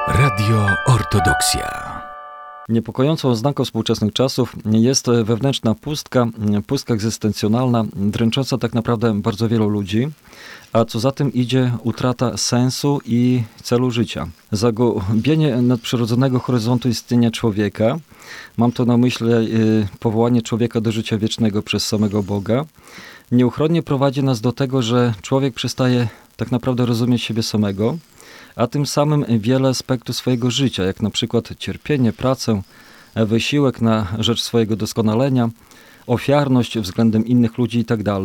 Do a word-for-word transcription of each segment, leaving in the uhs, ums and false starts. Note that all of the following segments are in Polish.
Radio Ortodoksja. Niepokojącą oznaką współczesnych czasów jest wewnętrzna pustka, pustka egzystencjonalna, dręcząca tak naprawdę bardzo wielu ludzi, a co za tym idzie utrata sensu i celu życia. Zagubienie nadprzyrodzonego horyzontu istnienia człowieka, mam tu na myśli powołanie człowieka do życia wiecznego przez samego Boga, nieuchronnie prowadzi nas do tego, że człowiek przestaje tak naprawdę rozumieć siebie samego, a tym samym wiele aspektów swojego życia, jak na przykład cierpienie, pracę, wysiłek na rzecz swojego doskonalenia, ofiarność względem innych ludzi itd.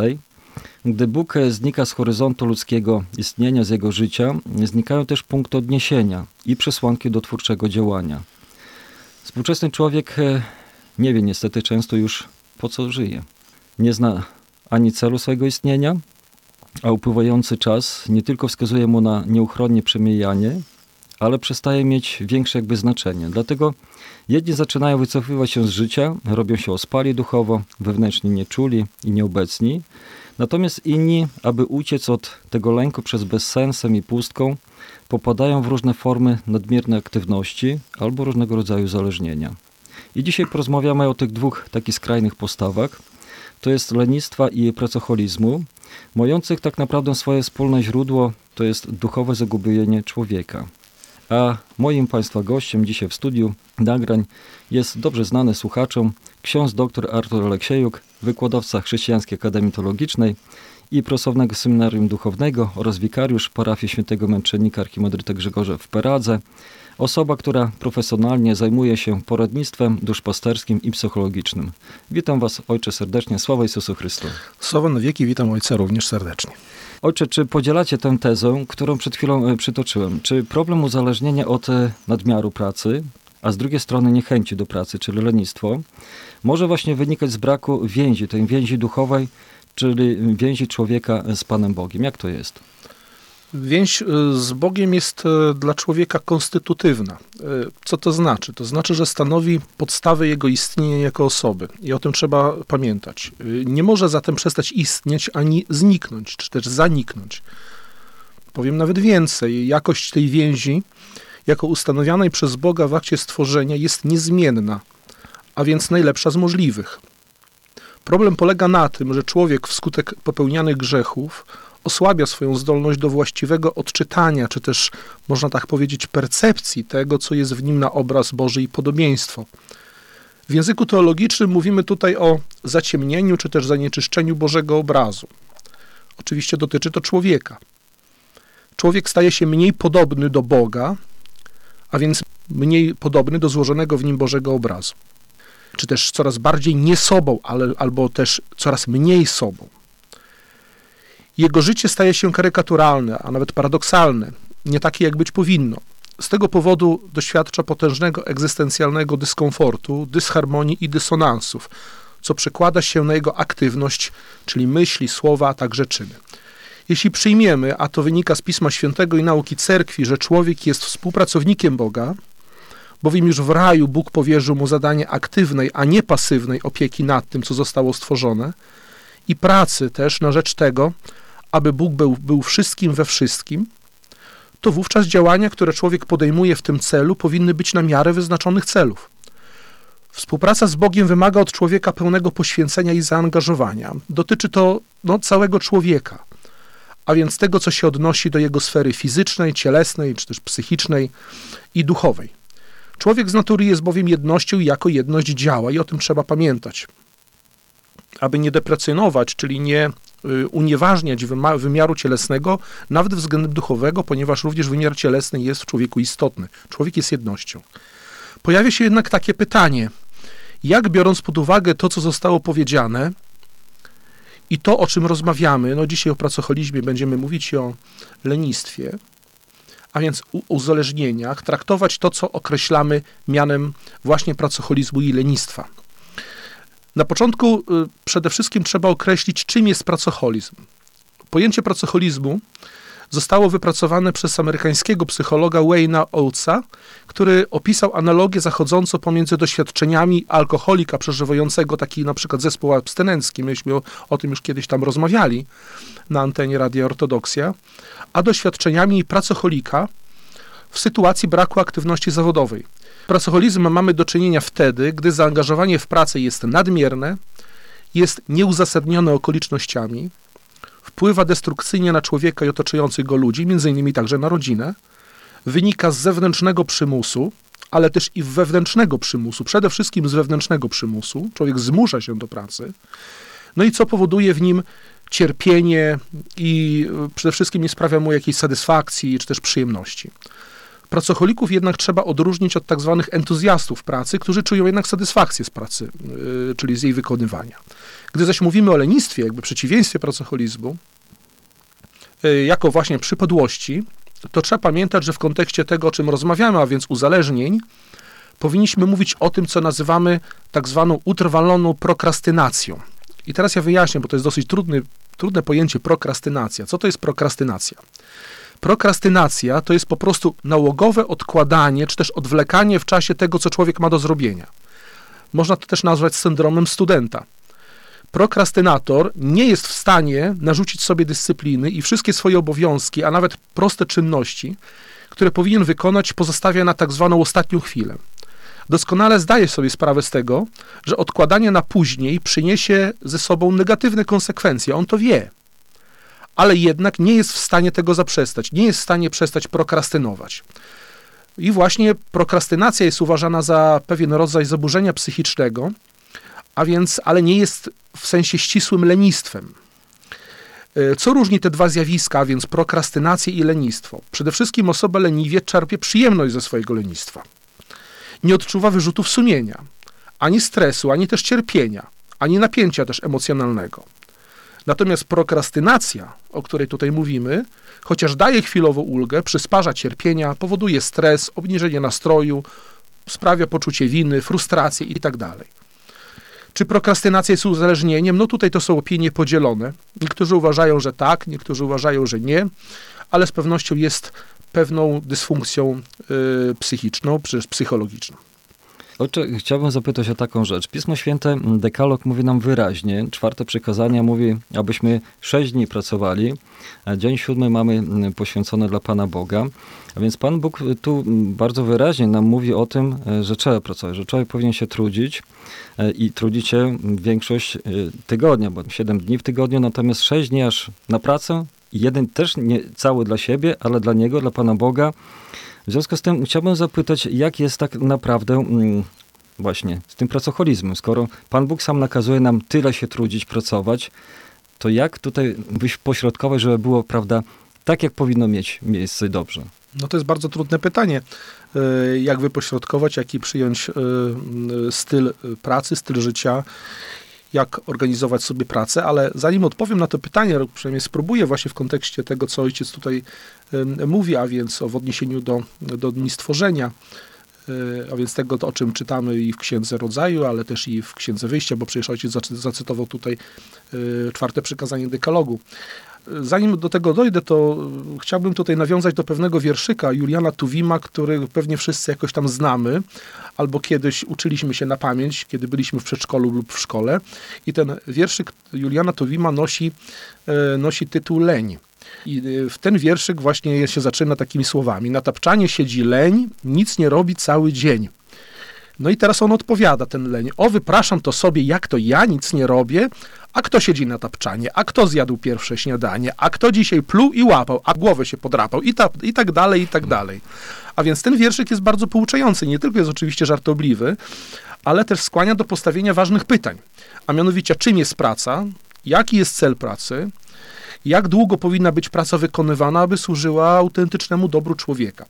Gdy Bóg znika z horyzontu ludzkiego istnienia, z jego życia, znikają też punkty odniesienia i przesłanki do twórczego działania. Współczesny człowiek nie wie niestety często już, po co żyje. Nie zna ani celu swojego istnienia, a upływający czas nie tylko wskazuje mu na nieuchronnie przemijanie, ale przestaje mieć większe jakby znaczenie. Dlatego jedni zaczynają wycofywać się z życia, robią się ospali duchowo, wewnętrznie nieczuli i nieobecni, natomiast inni, aby uciec od tego lęku przez bezsensem i pustką, popadają w różne formy nadmiernej aktywności albo różnego rodzaju uzależnienia. I dzisiaj porozmawiamy o tych dwóch takich skrajnych postawach, to jest lenistwa i pracoholizmu, mających tak naprawdę swoje wspólne źródło, to jest duchowe zagubienie człowieka. A moim Państwa gościem dzisiaj w studiu nagrań jest dobrze znany słuchaczom ksiądz dr Artur Aleksiejuk, wykładowca Chrześcijańskiej Akademii Teologicznej i Prawosławnego Seminarium Duchownego oraz wikariusz parafii Świętego Męczennika Archimandryta Grzegorza w Peradze. Osoba, która profesjonalnie zajmuje się poradnictwem duszpasterskim i psychologicznym. Witam Was, Ojcze, serdecznie. Sława Jezusu Chrystu. Sława na wieki, witam Ojca również serdecznie. Ojcze, czy podzielacie tę tezę, którą przed chwilą przytoczyłem? Czy problem uzależnienia od nadmiaru pracy, a z drugiej strony niechęci do pracy, czyli lenistwo, może właśnie wynikać z braku więzi, tej więzi duchowej, czyli więzi człowieka z Panem Bogiem? Jak to jest? Więź z Bogiem jest dla człowieka konstytutywna. Co to znaczy? To znaczy, że stanowi podstawę jego istnienia jako osoby. I o tym trzeba pamiętać. Nie może zatem przestać istnieć ani zniknąć, czy też zaniknąć. Powiem nawet więcej. Jakość tej więzi, jako ustanowianej przez Boga w akcie stworzenia, jest niezmienna, a więc najlepsza z możliwych. Problem polega na tym, że człowiek wskutek popełnianych grzechów osłabia swoją zdolność do właściwego odczytania, czy też, można tak powiedzieć, percepcji tego, co jest w nim na obraz Boży i podobieństwo. W języku teologicznym mówimy tutaj o zaciemnieniu, czy też zanieczyszczeniu Bożego obrazu. Oczywiście dotyczy to człowieka. Człowiek staje się mniej podobny do Boga, a więc mniej podobny do złożonego w nim Bożego obrazu. Czy też coraz bardziej nie sobą, ale, albo też coraz mniej sobą. Jego życie staje się karykaturalne, a nawet paradoksalne, nie takie jak być powinno. Z tego powodu doświadcza potężnego egzystencjalnego dyskomfortu, dysharmonii i dysonansów, co przekłada się na jego aktywność, czyli myśli, słowa, a także czyny. Jeśli przyjmiemy, a to wynika z Pisma Świętego i nauki Cerkwi, że człowiek jest współpracownikiem Boga, bowiem już w raju Bóg powierzył mu zadanie aktywnej, a nie pasywnej opieki nad tym, co zostało stworzone, i pracy też na rzecz tego, aby Bóg był, był wszystkim we wszystkim, to wówczas działania, które człowiek podejmuje w tym celu, powinny być na miarę wyznaczonych celów. Współpraca z Bogiem wymaga od człowieka pełnego poświęcenia i zaangażowania. Dotyczy to no, całego człowieka, a więc tego, co się odnosi do jego sfery fizycznej, cielesnej, czy też psychicznej i duchowej. Człowiek z natury jest bowiem jednością i jako jedność działa i o tym trzeba pamiętać. Aby nie deprecjonować, czyli nie unieważniać wymiaru cielesnego, nawet względem duchowego, ponieważ również wymiar cielesny jest w człowieku istotny. Człowiek jest jednością. Pojawia się jednak takie pytanie, jak biorąc pod uwagę to, co zostało powiedziane i to, o czym rozmawiamy, no dzisiaj o pracoholizmie będziemy mówić i o lenistwie, a więc o uzależnieniach, traktować to, co określamy mianem właśnie pracoholizmu i lenistwa. Na początku y, przede wszystkim trzeba określić, czym jest pracoholizm. Pojęcie pracoholizmu zostało wypracowane przez amerykańskiego psychologa Wayne'a Oatesa, który opisał analogię zachodzącą pomiędzy doświadczeniami alkoholika przeżywającego taki na przykład zespół abstynencki, myśmy o, o tym już kiedyś tam rozmawiali na antenie Radia Ortodoksja, a doświadczeniami pracoholika w sytuacji braku aktywności zawodowej. Pracoholizm mamy do czynienia wtedy, gdy zaangażowanie w pracę jest nadmierne, jest nieuzasadnione okolicznościami, wpływa destrukcyjnie na człowieka i otaczających go ludzi, między innymi także na rodzinę, wynika z zewnętrznego przymusu, ale też i wewnętrznego przymusu, przede wszystkim z wewnętrznego przymusu. Człowiek zmusza się do pracy, no i co powoduje w nim cierpienie i przede wszystkim nie sprawia mu jakiejś satysfakcji czy też przyjemności. Pracocholików jednak trzeba odróżnić od tak zwanych entuzjastów pracy, którzy czują jednak satysfakcję z pracy, yy, czyli z jej wykonywania. Gdy zaś mówimy o lenistwie, jakby przeciwieństwie pracocholizmu, yy, jako właśnie przypadłości, to trzeba pamiętać, że w kontekście tego, o czym rozmawiamy, a więc uzależnień, powinniśmy mówić o tym, co nazywamy tak zwaną utrwaloną prokrastynacją. I teraz ja wyjaśnię, bo to jest dosyć trudny, trudne pojęcie prokrastynacja. Co to jest prokrastynacja? Prokrastynacja to jest po prostu nałogowe odkładanie, czy też odwlekanie w czasie tego, co człowiek ma do zrobienia. Można to też nazwać syndromem studenta. Prokrastynator nie jest w stanie narzucić sobie dyscypliny i wszystkie swoje obowiązki, a nawet proste czynności, które powinien wykonać, pozostawia na tak zwaną ostatnią chwilę. Doskonale zdaje sobie sprawę z tego, że odkładanie na później przyniesie ze sobą negatywne konsekwencje. On to wie, ale jednak nie jest w stanie tego zaprzestać, nie jest w stanie przestać prokrastynować. I właśnie prokrastynacja jest uważana za pewien rodzaj zaburzenia psychicznego, a więc, ale nie jest w sensie ścisłym lenistwem. Co różni te dwa zjawiska, a więc prokrastynację i lenistwo? Przede wszystkim osoba leniwie czerpie przyjemność ze swojego lenistwa. Nie odczuwa wyrzutów sumienia, ani stresu, ani też cierpienia, ani napięcia też emocjonalnego. Natomiast prokrastynacja, o której tutaj mówimy, chociaż daje chwilową ulgę, przysparza cierpienia, powoduje stres, obniżenie nastroju, sprawia poczucie winy, frustrację itd. Czy prokrastynacja jest uzależnieniem? No tutaj to są opinie podzielone. Niektórzy uważają, że tak, niektórzy uważają, że nie, ale z pewnością jest pewną dysfunkcją y, psychiczną, czy psychologiczną. Ojcze, chciałbym zapytać o taką rzecz. Pismo Święte, Dekalog mówi nam wyraźnie, czwarte przykazania mówi, abyśmy sześć dni pracowali, a dzień siódmy mamy poświęcony dla Pana Boga. A więc Pan Bóg tu bardzo wyraźnie nam mówi o tym, że trzeba pracować, że człowiek powinien się trudzić i trudzić się większość tygodnia, bo siedem dni w tygodniu, natomiast sześć dni aż na pracę, jeden też nie cały dla siebie, ale dla Niego, dla Pana Boga. W związku z tym chciałbym zapytać, jak jest tak naprawdę mm, właśnie z tym pracocholizmem. Skoro Pan Bóg sam nakazuje nam tyle się trudzić, pracować, to jak tutaj byś pośrodkować, żeby było, prawda, tak jak powinno mieć miejsce dobrze? No to jest bardzo trudne pytanie. Jak wypośrodkować, jaki przyjąć styl pracy, styl życia, jak organizować sobie pracę, ale zanim odpowiem na to pytanie, przynajmniej spróbuję właśnie w kontekście tego, co ojciec tutaj mówi, a więc o w odniesieniu do, do dni stworzenia, a więc tego, o czym czytamy i w Księdze Rodzaju, ale też i w Księdze Wyjścia, bo przecież ojciec zacytował tutaj czwarte przykazanie Dekalogu. Zanim do tego dojdę, to chciałbym tutaj nawiązać do pewnego wierszyka Juliana Tuwima, który pewnie wszyscy jakoś tam znamy, albo kiedyś uczyliśmy się na pamięć, kiedy byliśmy w przedszkolu lub w szkole. I ten wierszyk Juliana Tuwima nosi, nosi tytuł Leń. I w ten wierszyk właśnie się zaczyna takimi słowami. Na tapczanie siedzi leń, nic nie robi cały dzień. No i teraz on odpowiada, ten leń. O, wypraszam to sobie, jak to ja nic nie robię, a kto siedzi na tapczanie, a kto zjadł pierwsze śniadanie, a kto dzisiaj pluł i łapał, a głowę się podrapał i, ta, i tak dalej, i tak dalej. A więc ten wierszyk jest bardzo pouczający, nie tylko jest oczywiście żartobliwy, ale też skłania do postawienia ważnych pytań. A mianowicie, czym jest praca, jaki jest cel pracy, jak długo powinna być praca wykonywana, aby służyła autentycznemu dobru człowieka.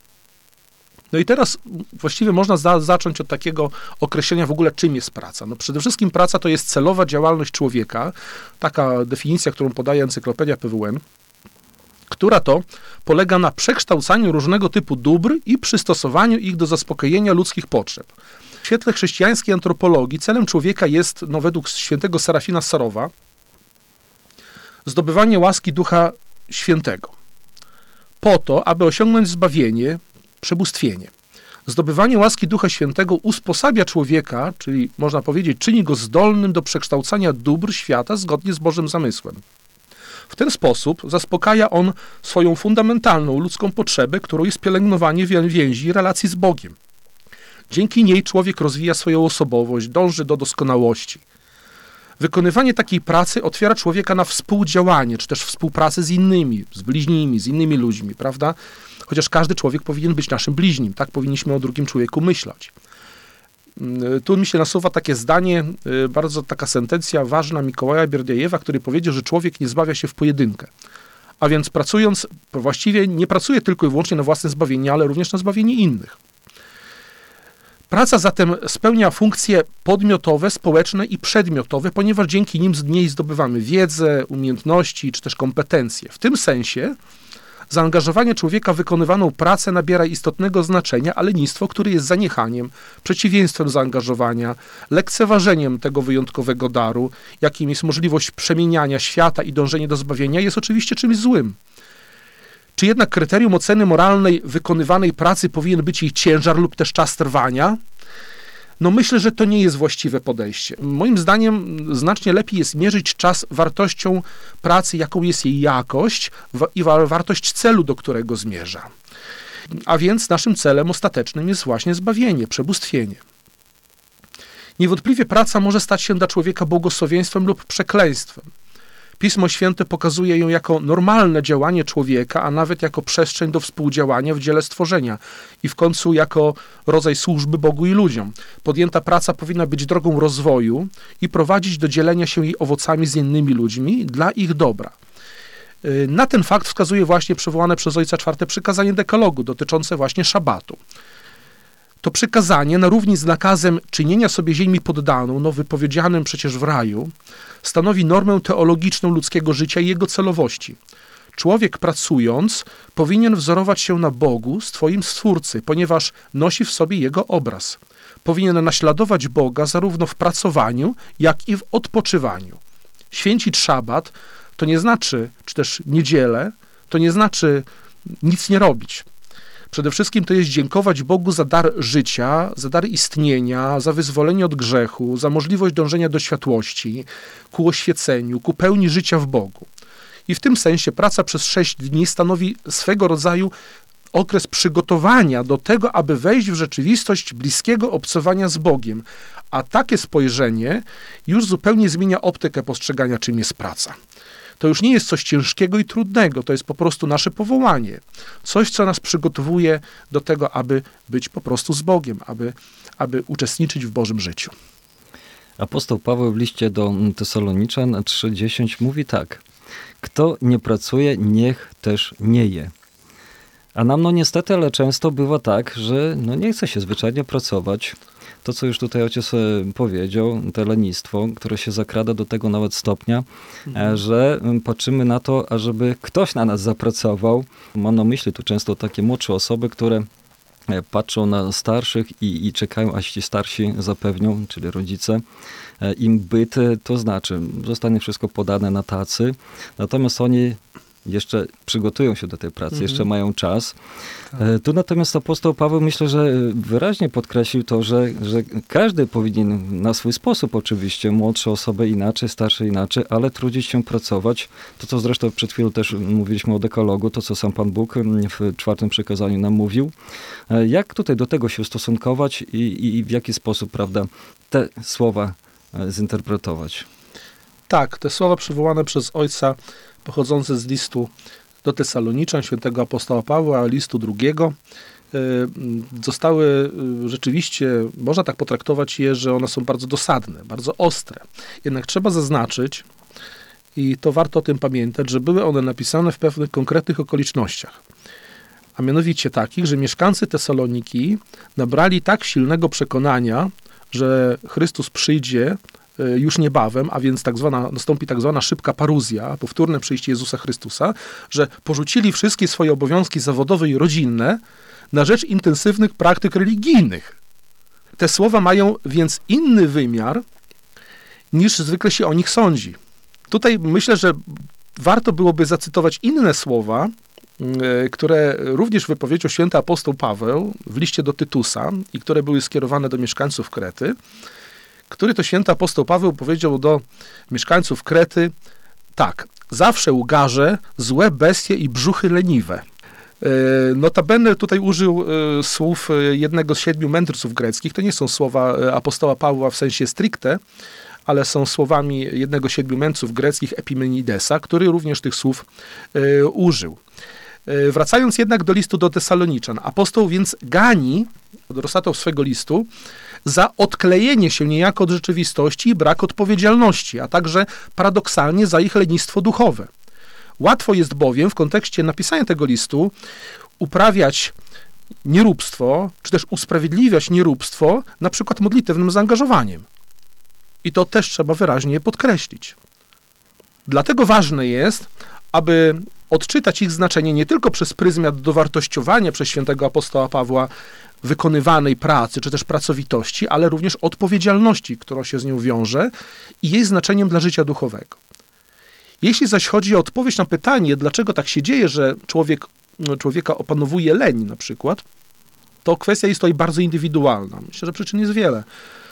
No i teraz właściwie można za, zacząć od takiego określenia w ogóle, czym jest praca. No przede wszystkim praca to jest celowa działalność człowieka, taka definicja, którą podaje Encyklopedia P W N, która to polega na przekształcaniu różnego typu dóbr i przystosowaniu ich do zaspokojenia ludzkich potrzeb. W świetle chrześcijańskiej antropologii celem człowieka jest, no według świętego Serafina Sarowa, zdobywanie łaski Ducha Świętego, po to, aby osiągnąć zbawienie, przebóstwienie. Zdobywanie łaski Ducha Świętego usposabia człowieka, czyli można powiedzieć, czyni go zdolnym do przekształcania dóbr świata zgodnie z Bożym zamysłem. W ten sposób zaspokaja on swoją fundamentalną ludzką potrzebę, którą jest pielęgnowanie więzi i relacji z Bogiem. Dzięki niej człowiek rozwija swoją osobowość, dąży do doskonałości. Wykonywanie takiej pracy otwiera człowieka na współdziałanie, czy też współpracę z innymi, z bliźnimi, z innymi ludźmi, prawda? Chociaż każdy człowiek powinien być naszym bliźnim, tak powinniśmy o drugim człowieku myśleć. Tu mi się nasuwa takie zdanie, bardzo taka sentencja ważna Mikołaja Bierdiajewa, który powiedział, że człowiek nie zbawia się w pojedynkę. A więc pracując, właściwie nie pracuje tylko i wyłącznie na własne zbawienie, ale również na zbawienie innych. Praca zatem spełnia funkcje podmiotowe, społeczne i przedmiotowe, ponieważ dzięki nim z niej zdobywamy wiedzę, umiejętności czy też kompetencje. W tym sensie zaangażowanie człowieka w wykonywaną pracę nabiera istotnego znaczenia, a lenistwo, które jest zaniechaniem, przeciwieństwem zaangażowania, lekceważeniem tego wyjątkowego daru, jakim jest możliwość przemieniania świata i dążenie do zbawienia, jest oczywiście czymś złym. Czy jednak kryterium oceny moralnej wykonywanej pracy powinien być jej ciężar lub też czas trwania? No myślę, że to nie jest właściwe podejście. Moim zdaniem znacznie lepiej jest mierzyć czas wartością pracy, jaką jest jej jakość i wartość celu, do którego zmierza. A więc naszym celem ostatecznym jest właśnie zbawienie, przebóstwienie. Niewątpliwie praca może stać się dla człowieka błogosławieństwem lub przekleństwem. Pismo Święte pokazuje ją jako normalne działanie człowieka, a nawet jako przestrzeń do współdziałania w dziele stworzenia i w końcu jako rodzaj służby Bogu i ludziom. Podjęta praca powinna być drogą rozwoju i prowadzić do dzielenia się jej owocami z innymi ludźmi dla ich dobra. Na ten fakt wskazuje właśnie przywołane przez Ojca czwarte przykazanie dekalogu dotyczące właśnie szabatu. To przykazanie, na równi z nakazem czynienia sobie ziemi poddaną, no wypowiedzianym przecież w raju, stanowi normę teologiczną ludzkiego życia i jego celowości. Człowiek pracując powinien wzorować się na Bogu, swoim Stwórcy, ponieważ nosi w sobie Jego obraz. Powinien naśladować Boga zarówno w pracowaniu, jak i w odpoczywaniu. Święcić szabat to nie znaczy, czy też niedzielę, to nie znaczy nic nie robić. Przede wszystkim to jest dziękować Bogu za dar życia, za dar istnienia, za wyzwolenie od grzechu, za możliwość dążenia do światłości, ku oświeceniu, ku pełni życia w Bogu. I w tym sensie praca przez sześć dni stanowi swego rodzaju okres przygotowania do tego, aby wejść w rzeczywistość bliskiego obcowania z Bogiem. A takie spojrzenie już zupełnie zmienia optykę postrzegania, czym jest praca. To już nie jest coś ciężkiego i trudnego, to jest po prostu nasze powołanie. Coś, co nas przygotowuje do tego, aby być po prostu z Bogiem, aby, aby uczestniczyć w Bożym życiu. Apostoł Paweł w liście do Tesaloniczan trzy dziesięć mówi tak: kto nie pracuje, niech też nie je. A nam no niestety, ale często bywa tak, że no nie chce się zwyczajnie pracować. To, co już tutaj ojciec powiedział, to lenistwo, które się zakrada do tego nawet stopnia, mhm. że patrzymy na to, ażeby ktoś na nas zapracował. Mam na myśli tu często takie młodsze osoby, które patrzą na starszych i, i czekają, aż ci starsi zapewnią, czyli rodzice, im byt, to znaczy zostanie wszystko podane na tacy, natomiast oni jeszcze przygotują się do tej pracy, mm-hmm. jeszcze mają czas. Tak. Tu natomiast apostoł Paweł, myślę, że wyraźnie podkreślił to, że, że każdy powinien na swój sposób oczywiście, młodsze osoby inaczej, starsze inaczej, ale trudzić się pracować. To, co zresztą przed chwilą też mówiliśmy o dekalogu, to, co sam Pan Bóg w czwartym przykazaniu nam mówił. Jak tutaj do tego się ustosunkować i, i w jaki sposób, prawda, te słowa zinterpretować? Tak, te słowa przywołane przez ojca pochodzące z listu do Tesaloniczan, świętego apostoła Pawła, listu drugiego, zostały rzeczywiście, można tak potraktować je, że one są bardzo dosadne, bardzo ostre. Jednak trzeba zaznaczyć, i to warto o tym pamiętać, że były one napisane w pewnych konkretnych okolicznościach. A mianowicie takich, że mieszkańcy Tesaloniki nabrali tak silnego przekonania, że Chrystus przyjdzie już niebawem, a więc tak zwana, nastąpi tak zwana szybka paruzja, powtórne przyjście Jezusa Chrystusa, że porzucili wszystkie swoje obowiązki zawodowe i rodzinne na rzecz intensywnych praktyk religijnych. Te słowa mają więc inny wymiar, niż zwykle się o nich sądzi. Tutaj myślę, że warto byłoby zacytować inne słowa, które również wypowiedział święty apostoł Paweł w liście do Tytusa i które były skierowane do mieszkańców Krety, który to święty apostoł Paweł powiedział do mieszkańców Krety Tak, zawsze łgarze, złe bestie i brzuchy leniwe. Notabene tutaj użył słów jednego z siedmiu mędrców greckich. To nie są słowa apostoła Pawła w sensie stricte, ale są słowami jednego z siedmiu mędrców greckich, Epimenidesa, który również tych słów użył. Wracając jednak do listu do Tesaloniczan, apostoł więc gani adresatów swego listu za odklejenie się niejako od rzeczywistości i brak odpowiedzialności, a także paradoksalnie za ich lenistwo duchowe. Łatwo jest bowiem w kontekście napisania tego listu uprawiać nieróbstwo, czy też usprawiedliwiać nieróbstwo na przykład modlitewnym zaangażowaniem. I to też trzeba wyraźnie podkreślić. Dlatego ważne jest, aby odczytać ich znaczenie nie tylko przez pryzmat dowartościowania przez świętego apostoła Pawła wykonywanej pracy, czy też pracowitości, ale również odpowiedzialności, która się z nią wiąże i jej znaczeniem dla życia duchowego. Jeśli zaś chodzi o odpowiedź na pytanie, dlaczego tak się dzieje, że człowiek, człowieka opanowuje leń na przykład, to kwestia jest tutaj bardzo indywidualna. Myślę, że przyczyn jest wiele.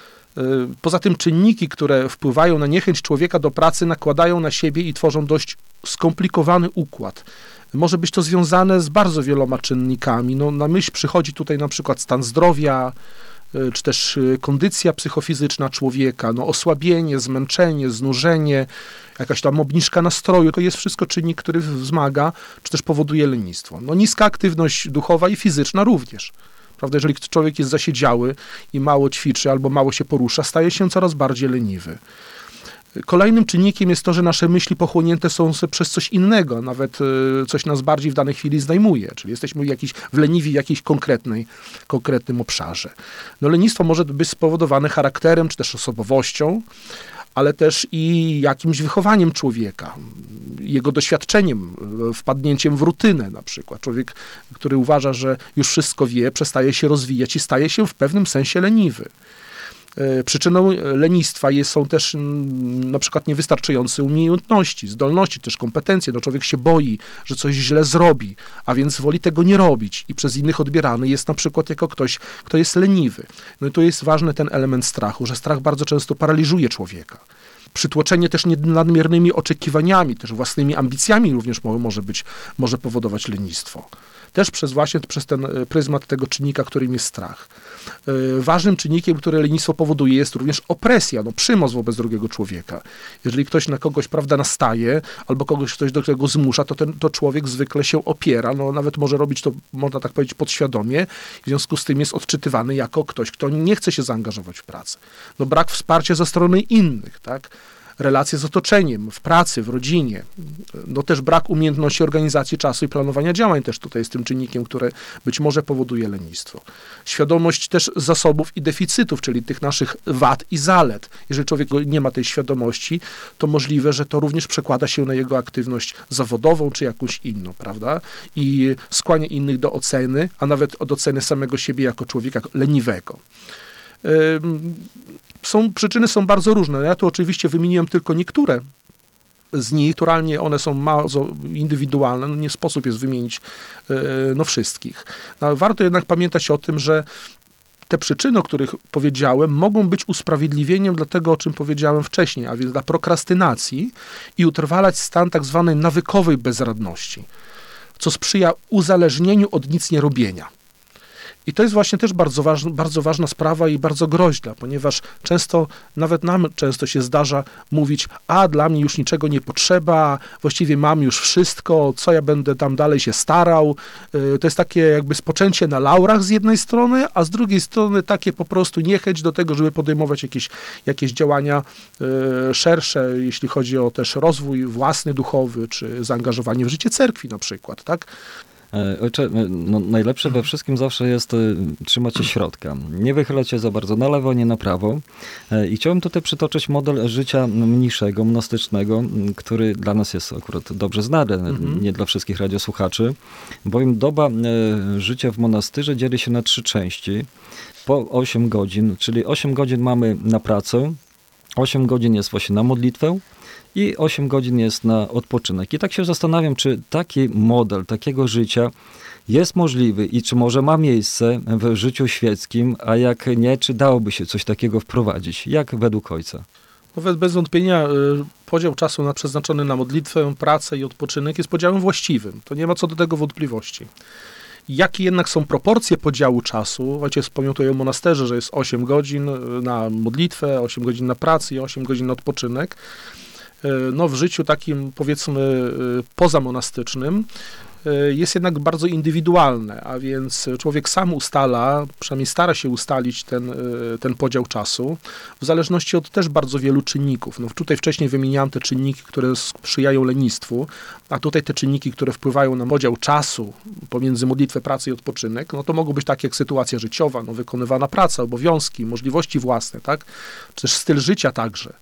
Poza tym czynniki, które wpływają na niechęć człowieka do pracy, nakładają na siebie i tworzą dość skomplikowany układ. Może być to związane z bardzo wieloma czynnikami. No, na myśl przychodzi tutaj na przykład stan zdrowia, czy też kondycja psychofizyczna człowieka, no, osłabienie, zmęczenie, znużenie, jakaś tam obniżka nastroju. To jest wszystko czynnik, który wzmaga, czy też powoduje lenistwo. No, niska aktywność duchowa i fizyczna również. Prawda? Jeżeli człowiek jest zasiedziały i mało ćwiczy albo mało się porusza, staje się coraz bardziej leniwy. Kolejnym czynnikiem jest to, że nasze myśli pochłonięte są przez coś innego, nawet coś nas bardziej w danej chwili zdejmuje, czyli jesteśmy jakiś, wleniwi w jakiejś konkretnej, konkretnym obszarze. No, lenistwo może być spowodowane charakterem, czy też osobowością, ale też i jakimś wychowaniem człowieka, jego doświadczeniem, wpadnięciem w rutynę na przykład. Człowiek, który uważa, że już wszystko wie, przestaje się rozwijać i staje się w pewnym sensie leniwy. Przyczyną lenistwa jest, są też na przykład niewystarczające umiejętności, zdolności, też kompetencje. No, człowiek się boi, że coś źle zrobi, a więc woli tego nie robić i przez innych odbierany jest na przykład jako ktoś, kto jest leniwy. No i tu jest ważny ten element strachu, że strach bardzo często paraliżuje człowieka. Przytłoczenie też nadmiernymi oczekiwaniami, też własnymi ambicjami również może być, może powodować lenistwo. Też przez właśnie przez ten pryzmat tego czynnika, którym jest strach. Ważnym czynnikiem, który lenistwo powoduje, jest również opresja, no, przymus wobec drugiego człowieka. Jeżeli ktoś na kogoś, prawda, nastaje, albo kogoś ktoś do tego zmusza, to ten to człowiek zwykle się opiera, no nawet może robić to, można tak powiedzieć, podświadomie, w związku z tym jest odczytywany jako ktoś, kto nie chce się zaangażować w pracę. No, brak wsparcia ze strony innych, tak? Relacje z otoczeniem, w pracy, w rodzinie. No też brak umiejętności organizacji czasu i planowania działań też tutaj jest tym czynnikiem, które być może powoduje lenistwo. Świadomość też zasobów i deficytów, czyli tych naszych wad i zalet. Jeżeli człowiek nie ma tej świadomości, to możliwe, że to również przekłada się na jego aktywność zawodową czy jakąś inną, prawda? I skłania innych do oceny, a nawet od oceny samego siebie jako człowieka leniwego. Są, przyczyny są bardzo różne. Ja tu oczywiście wymieniłem tylko niektóre z nich. Naturalnie one są bardzo indywidualne. No nie sposób jest wymienić no, wszystkich. No, warto jednak pamiętać o tym, że te przyczyny, o których powiedziałem, mogą być usprawiedliwieniem dla tego, o czym powiedziałem wcześniej, a więc dla prokrastynacji i utrwalać stan tak zwanej nawykowej bezradności, co sprzyja uzależnieniu od nic nie robienia. I to jest właśnie też bardzo ważna, bardzo ważna sprawa i bardzo groźna, ponieważ często, nawet nam często się zdarza mówić, a dla mnie już niczego nie potrzeba, właściwie mam już wszystko, co ja będę tam dalej się starał. To jest takie jakby spoczęcie na laurach z jednej strony, a z drugiej strony takie po prostu niechęć do tego, żeby podejmować jakieś, jakieś działania szersze, jeśli chodzi o też rozwój własny, duchowy, czy zaangażowanie w życie cerkwi na przykład, tak? Ojcze, no, najlepsze we wszystkim zawsze jest y, trzymać się środka. Nie wychylać się za bardzo na lewo, nie na prawo. Y, I chciałem tutaj przytoczyć model życia mniejszego, monastycznego, y, który dla nas jest akurat dobrze znany, mhm. nie dla wszystkich radiosłuchaczy, bowiem doba y, życia w monastyrze dzieli się na trzy części. Po osiem godzin, czyli osiem godzin mamy na pracę, osiem godzin jest właśnie na modlitwę, i osiem godzin jest na odpoczynek. I tak się zastanawiam, czy taki model takiego życia jest możliwy i czy może ma miejsce w życiu świeckim, a jak nie, czy dałoby się coś takiego wprowadzić? Jak według ojca? No, bez wątpienia podział czasu na, przeznaczony na modlitwę, pracę i odpoczynek jest podziałem właściwym. To nie ma co do tego wątpliwości. Jakie jednak są proporcje podziału czasu? Ojciec wspomniał tutaj o monasterze, że jest osiem godzin na modlitwę, osiem godzin na pracę i osiem godzin na odpoczynek. No w życiu takim, powiedzmy, pozamonastycznym jest jednak bardzo indywidualne, a więc człowiek sam ustala, przynajmniej stara się ustalić ten, ten podział czasu, w zależności od też bardzo wielu czynników. No tutaj wcześniej wymieniałem te czynniki, które sprzyjają lenistwu, a tutaj te czynniki, które wpływają na podział czasu pomiędzy modlitwę, pracę i odpoczynek, no to mogą być takie jak sytuacja życiowa, no wykonywana praca, obowiązki, możliwości własne, tak? Czy też styl życia także.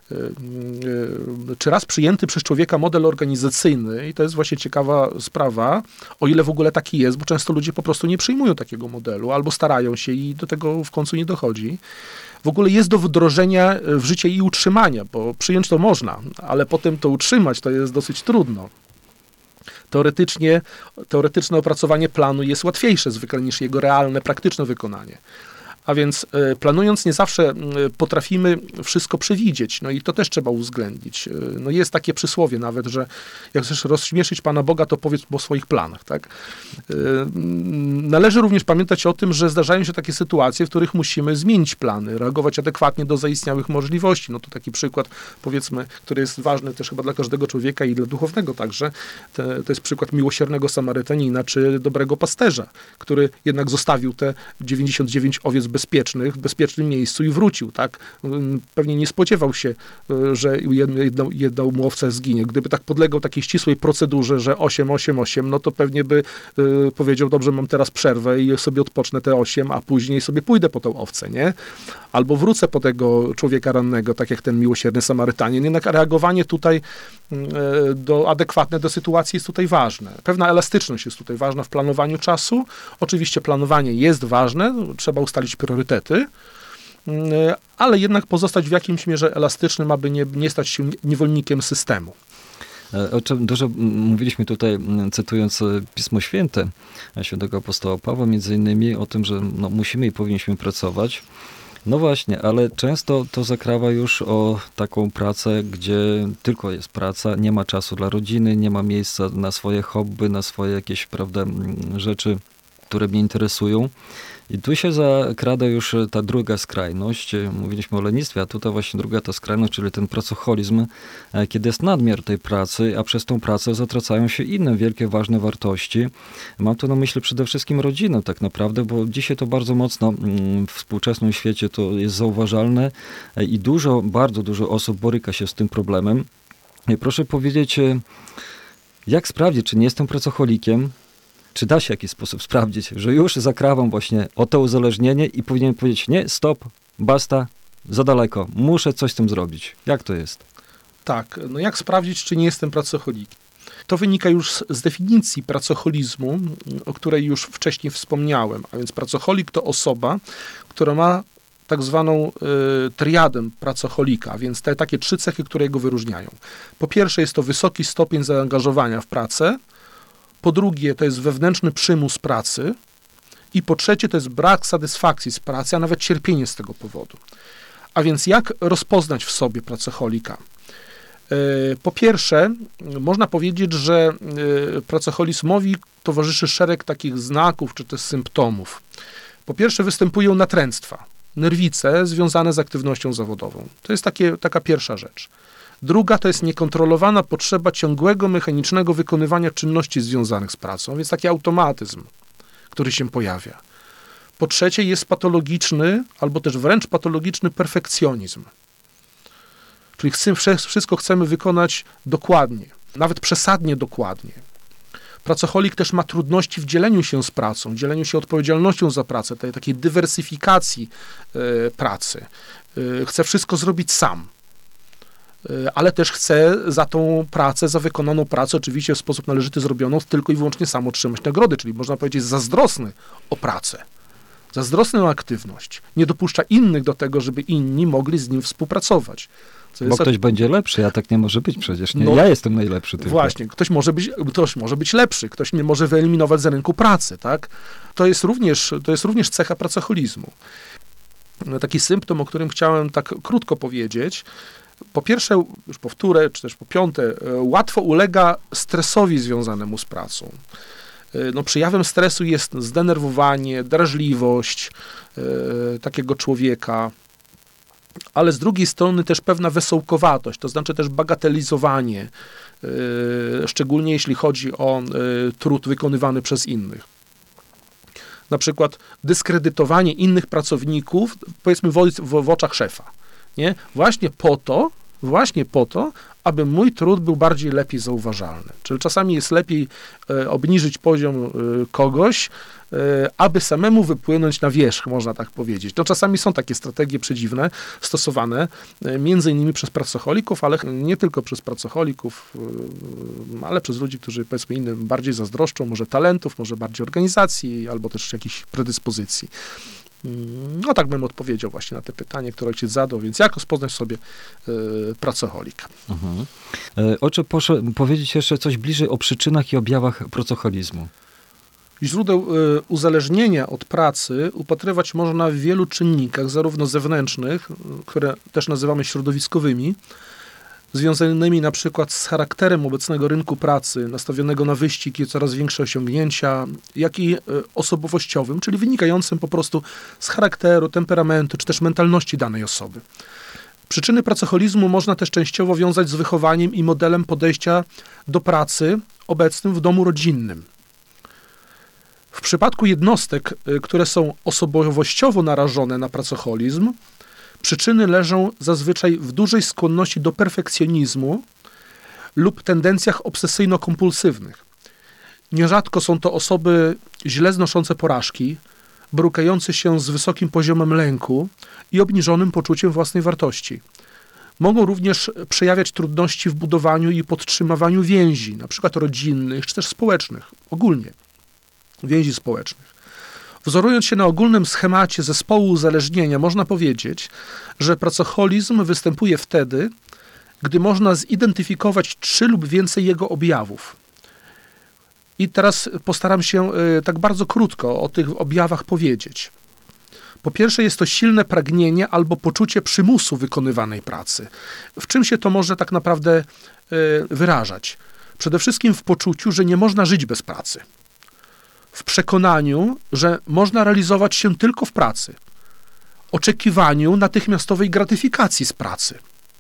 Czy raz przyjęty przez człowieka model organizacyjny, i to jest właśnie ciekawa sprawa, o ile w ogóle taki jest, bo często ludzie po prostu nie przyjmują takiego modelu, albo starają się i do tego w końcu nie dochodzi, w ogóle jest do wdrożenia w życie i utrzymania, bo przyjąć to można, ale potem to utrzymać to jest dosyć trudno. Teoretycznie, teoretyczne opracowanie planu jest łatwiejsze zwykle niż jego realne, praktyczne wykonanie. A więc planując nie zawsze potrafimy wszystko przewidzieć, no i to też trzeba uwzględnić. No jest takie przysłowie nawet, że jak chcesz rozśmieszyć Pana Boga, to powiedz o swoich planach, tak? Należy również pamiętać o tym, że zdarzają się takie sytuacje, w których musimy zmienić plany, reagować adekwatnie do zaistniałych możliwości. No to taki przykład, powiedzmy, który jest ważny też chyba dla każdego człowieka i dla duchownego także, to, to jest przykład miłosiernego Samarytanina, czy dobrego pasterza, który jednak zostawił te dziewięćdziesiąt dziewięć owiec bezpiecznych, w bezpiecznym miejscu i wrócił, tak? Pewnie nie spodziewał się, że jedna, jedna owca zginie. Gdyby tak podlegał takiej ścisłej procedurze, że osiem, osiem, osiem, no to pewnie by y, powiedział, dobrze, mam teraz przerwę i sobie odpocznę te osiem, a później sobie pójdę po tą owcę, nie? Albo wrócę po tego człowieka rannego, tak jak ten miłosierny Samarytanin. Jednak reagowanie tutaj y, do, adekwatne do sytuacji jest tutaj ważne. Pewna elastyczność jest tutaj ważna w planowaniu czasu. Oczywiście planowanie jest ważne, trzeba ustalić priorytety, ale jednak pozostać w jakimś mierze elastycznym, aby nie, nie stać się niewolnikiem systemu. O czym dużo mówiliśmy tutaj, cytując Pismo Święte świętego apostoła Pawła, między innymi o tym, że no, musimy i powinniśmy pracować. No właśnie, ale często to zakrawa już o taką pracę, gdzie tylko jest praca, nie ma czasu dla rodziny, nie ma miejsca na swoje hobby, na swoje jakieś, prawda, rzeczy, które mnie interesują. I tu się zakrada już ta druga skrajność. Mówiliśmy o lenistwie, a tutaj właśnie druga ta skrajność, czyli ten pracoholizm, kiedy jest nadmiar tej pracy, a przez tą pracę zatracają się inne wielkie, ważne wartości. Mam tu na myśli przede wszystkim rodzinę tak naprawdę, bo dzisiaj to bardzo mocno w współczesnym świecie to jest zauważalne i dużo, bardzo dużo osób boryka się z tym problemem. I proszę powiedzieć, jak sprawdzić, czy nie jestem pracocholikiem? Czy da się w jakiś sposób sprawdzić, że już zakrawam właśnie o to uzależnienie i powinien powiedzieć, nie, stop, basta, za daleko, muszę coś z tym zrobić. Jak to jest? Tak, no jak sprawdzić, czy nie jestem pracocholikiem? To wynika już z, z definicji pracocholizmu, o której już wcześniej wspomniałem, a więc pracocholik to osoba, która ma tak zwaną y, triadę pracocholika, więc te takie trzy cechy, które go wyróżniają. Po pierwsze jest to wysoki stopień zaangażowania w pracę, po drugie to jest wewnętrzny przymus pracy i po trzecie to jest brak satysfakcji z pracy, a nawet cierpienie z tego powodu. A więc jak rozpoznać w sobie pracocholika? Po pierwsze, można powiedzieć, że pracocholizmowi towarzyszy szereg takich znaków czy też symptomów. Po pierwsze występują natręctwa, nerwice związane z aktywnością zawodową. To jest takie, taka pierwsza rzecz. Druga to jest niekontrolowana potrzeba ciągłego, mechanicznego wykonywania czynności związanych z pracą, więc taki automatyzm, który się pojawia. Po trzecie jest patologiczny, albo też wręcz patologiczny perfekcjonizm. Czyli chcemy, wszystko chcemy wykonać dokładnie, nawet przesadnie dokładnie. Pracocholik też ma trudności w dzieleniu się z pracą, dzieleniu się odpowiedzialnością za pracę, tej takiej dywersyfikacji y, pracy. Y, chce wszystko zrobić sam. Ale też chce za tą pracę, za wykonaną pracę, oczywiście w sposób należyty zrobioną, tylko i wyłącznie sam otrzymać nagrody, czyli można powiedzieć zazdrosny o pracę, zazdrosny o aktywność. Nie dopuszcza innych do tego, żeby inni mogli z nim współpracować. Co Bo ktoś tak... będzie lepszy, a tak nie może być przecież. Nie? No, ja jestem najlepszy. Tylko. Właśnie, ktoś może, być, ktoś może być lepszy, ktoś nie może wyeliminować z rynku pracy, tak? To jest również, to jest również cecha pracocholizmu. Taki symptom, o którym chciałem tak krótko powiedzieć, po pierwsze, już powtórę, czy też po piąte, łatwo ulega stresowi związanemu z pracą. No, przejawem stresu jest zdenerwowanie, drażliwość yy, takiego człowieka, ale z drugiej strony też pewna wesołkowatość, to znaczy też bagatelizowanie, yy, szczególnie jeśli chodzi o yy, trud wykonywany przez innych. Na przykład dyskredytowanie innych pracowników, powiedzmy w, w, w oczach szefa. Nie? Właśnie po to, właśnie po to, aby mój trud był bardziej, lepiej zauważalny. Czyli czasami jest lepiej e, obniżyć poziom e, kogoś, e, aby samemu wypłynąć na wierzch, można tak powiedzieć. No czasami są takie strategie przedziwne, stosowane e, między innymi przez pracocholików, ale nie tylko przez pracocholików, e, ale przez ludzi, którzy powiedzmy innym bardziej zazdroszczą, może talentów, może bardziej organizacji, albo też jakichś predyspozycji. No tak bym odpowiedział właśnie na te pytanie, które ojciec zadał, więc jak rozpoznać sobie y, pracoholika. Mhm. Ojcze, proszę powiedzieć jeszcze coś bliżej o przyczynach i objawach pracoholizmu. Źródeł y, uzależnienia od pracy upatrywać można w wielu czynnikach, zarówno zewnętrznych, które też nazywamy środowiskowymi, związanymi na przykład z charakterem obecnego rynku pracy, nastawionego na wyścig i coraz większe osiągnięcia, jak i osobowościowym, czyli wynikającym po prostu z charakteru, temperamentu, czy też mentalności danej osoby. Przyczyny pracoholizmu można też częściowo wiązać z wychowaniem i modelem podejścia do pracy obecnym w domu rodzinnym. W przypadku jednostek, które są osobowościowo narażone na pracoholizm, przyczyny leżą zazwyczaj w dużej skłonności do perfekcjonizmu lub tendencjach obsesyjno-kompulsywnych. Nierzadko są to osoby źle znoszące porażki, borykające się z wysokim poziomem lęku i obniżonym poczuciem własnej wartości. Mogą również przejawiać trudności w budowaniu i podtrzymywaniu więzi, na przykład rodzinnych czy też społecznych, ogólnie więzi społecznych. Wzorując się na ogólnym schemacie zespołu uzależnienia, można powiedzieć, że pracoholizm występuje wtedy, gdy można zidentyfikować trzy lub więcej jego objawów. I teraz postaram się y, tak bardzo krótko o tych objawach powiedzieć. Po pierwsze jest to silne pragnienie albo poczucie przymusu wykonywanej pracy. W czym się to może tak naprawdę y, wyrażać? Przede wszystkim w poczuciu, że nie można żyć bez pracy. W przekonaniu, że można realizować się tylko w pracy, oczekiwaniu natychmiastowej gratyfikacji z pracy,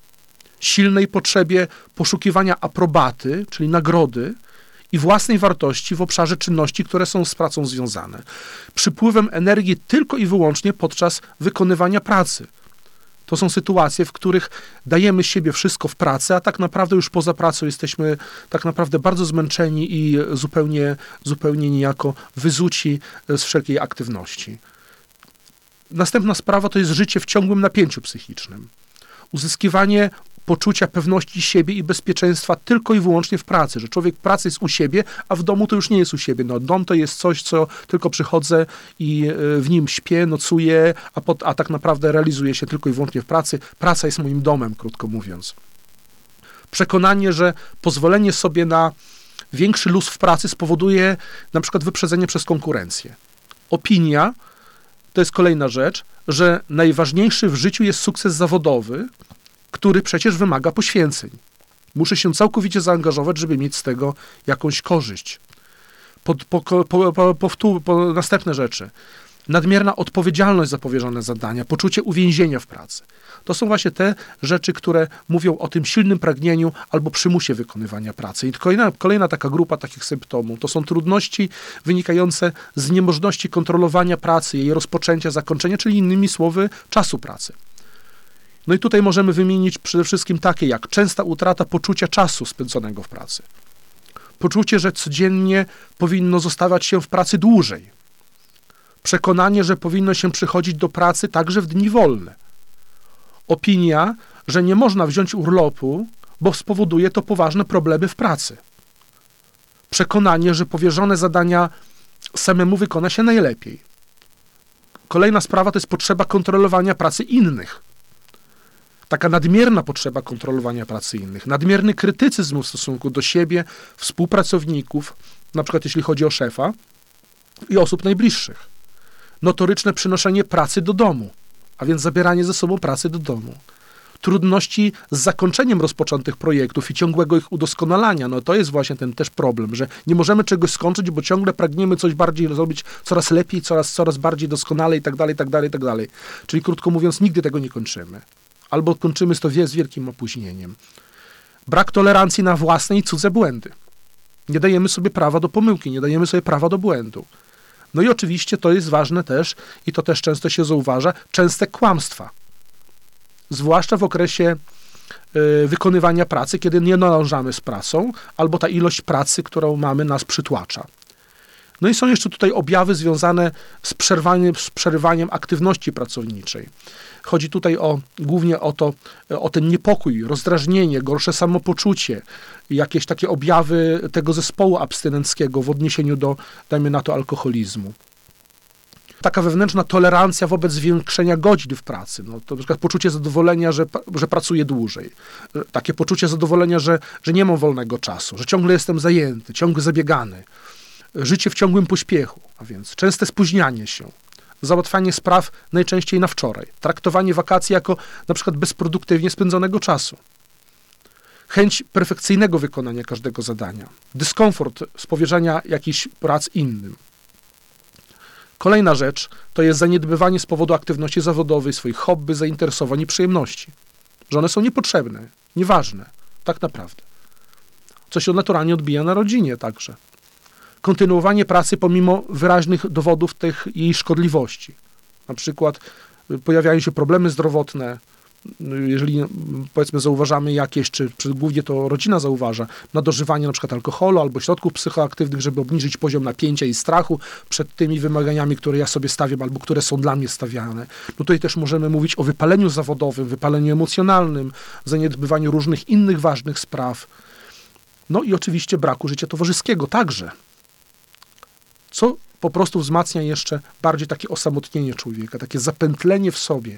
silnej potrzebie poszukiwania aprobaty, czyli nagrody i własnej wartości w obszarze czynności, które są z pracą związane, przypływem energii tylko i wyłącznie podczas wykonywania pracy. To są sytuacje, w których dajemy siebie wszystko w pracy, a tak naprawdę już poza pracą jesteśmy tak naprawdę bardzo zmęczeni i zupełnie, zupełnie niejako wyzuci z wszelkiej aktywności. Następna sprawa to jest życie w ciągłym napięciu psychicznym. Uzyskiwanie poczucia pewności siebie i bezpieczeństwa tylko i wyłącznie w pracy, że człowiek w pracy jest u siebie, a w domu to już nie jest u siebie. No, dom to jest coś, co tylko przychodzę i w nim śpię, nocuję, a, pod, a tak naprawdę realizuję się tylko i wyłącznie w pracy. Praca jest moim domem, krótko mówiąc. Przekonanie, że pozwolenie sobie na większy luz w pracy spowoduje na przykład wyprzedzenie przez konkurencję. Opinia, to jest kolejna rzecz, że najważniejszy w życiu jest sukces zawodowy, który przecież wymaga poświęceń. Muszę się całkowicie zaangażować, żeby mieć z tego jakąś korzyść. Po, po, po, po, powtór, po następne rzeczy. Nadmierna odpowiedzialność za powierzone zadania, poczucie uwięzienia w pracy. To są właśnie te rzeczy, które mówią o tym silnym pragnieniu albo przymusie wykonywania pracy. I kolejna, kolejna taka grupa takich symptomów to są trudności wynikające z niemożności kontrolowania pracy, jej rozpoczęcia, zakończenia, czyli innymi słowy czasu pracy. No i tutaj możemy wymienić przede wszystkim takie jak częsta utrata poczucia czasu spędzonego w pracy. Poczucie, że codziennie powinno zostawać się w pracy dłużej. Przekonanie, że powinno się przychodzić do pracy także w dni wolne. Opinia, że nie można wziąć urlopu, bo spowoduje to poważne problemy w pracy. Przekonanie, że powierzone zadania samemu wykona się najlepiej. Kolejna sprawa to jest potrzeba kontrolowania pracy innych. Taka nadmierna potrzeba kontrolowania pracy innych, nadmierny krytycyzm w stosunku do siebie, współpracowników, na przykład jeśli chodzi o szefa i osób najbliższych. Notoryczne przynoszenie pracy do domu, a więc zabieranie ze sobą pracy do domu. trudności z zakończeniem rozpoczętych projektów i ciągłego ich udoskonalania. No to jest właśnie ten też problem, że nie możemy czegoś skończyć, bo ciągle pragniemy coś bardziej zrobić, coraz lepiej, coraz, coraz bardziej doskonale i tak dalej, i tak dalej, i tak dalej. Czyli krótko mówiąc, nigdy tego nie kończymy. Albo kończymy to z wielkim opóźnieniem. Brak tolerancji na własne i cudze błędy. Nie dajemy sobie prawa do pomyłki, nie dajemy sobie prawa do błędu. No i oczywiście to jest ważne też, i to też często się zauważa, częste kłamstwa. Zwłaszcza w okresie y, wykonywania pracy, kiedy nie nadążamy z pracą, albo ta ilość pracy, którą mamy, nas przytłacza. No i są jeszcze tutaj objawy związane z przerwaniem, z przerywaniem aktywności pracowniczej. Chodzi tutaj o, głównie o to, o ten niepokój, rozdrażnienie, gorsze samopoczucie, jakieś takie objawy tego zespołu abstynenckiego w odniesieniu do, dajmy na to, alkoholizmu. Taka wewnętrzna tolerancja wobec zwiększenia godzin w pracy. No, to na przykład poczucie zadowolenia, że, że pracuję dłużej. Takie poczucie zadowolenia, że, że nie mam wolnego czasu, że ciągle jestem zajęty, ciągle zabiegany. Życie w ciągłym pośpiechu, a więc częste spóźnianie się, załatwianie spraw najczęściej na wczoraj, traktowanie wakacji jako na przykład bezproduktywnie spędzonego czasu, chęć perfekcyjnego wykonania każdego zadania, dyskomfort z powierzania jakichś prac innym. Kolejna rzecz to jest zaniedbywanie z powodu aktywności zawodowej swoich hobby, zainteresowań i przyjemności, że one są niepotrzebne, nieważne, tak naprawdę. Co się naturalnie odbija na rodzinie także. Kontynuowanie pracy pomimo wyraźnych dowodów tych jej szkodliwości. Na przykład pojawiają się problemy zdrowotne, jeżeli powiedzmy zauważamy jakieś, czy, czy głównie to rodzina zauważa, nadużywanie na przykład alkoholu albo środków psychoaktywnych, żeby obniżyć poziom napięcia i strachu przed tymi wymaganiami, które ja sobie stawiam albo które są dla mnie stawiane. No tutaj też możemy mówić o wypaleniu zawodowym, wypaleniu emocjonalnym, zaniedbywaniu różnych innych ważnych spraw. No i oczywiście braku życia towarzyskiego także. Co po prostu wzmacnia jeszcze bardziej takie osamotnienie człowieka, takie zapętlenie w sobie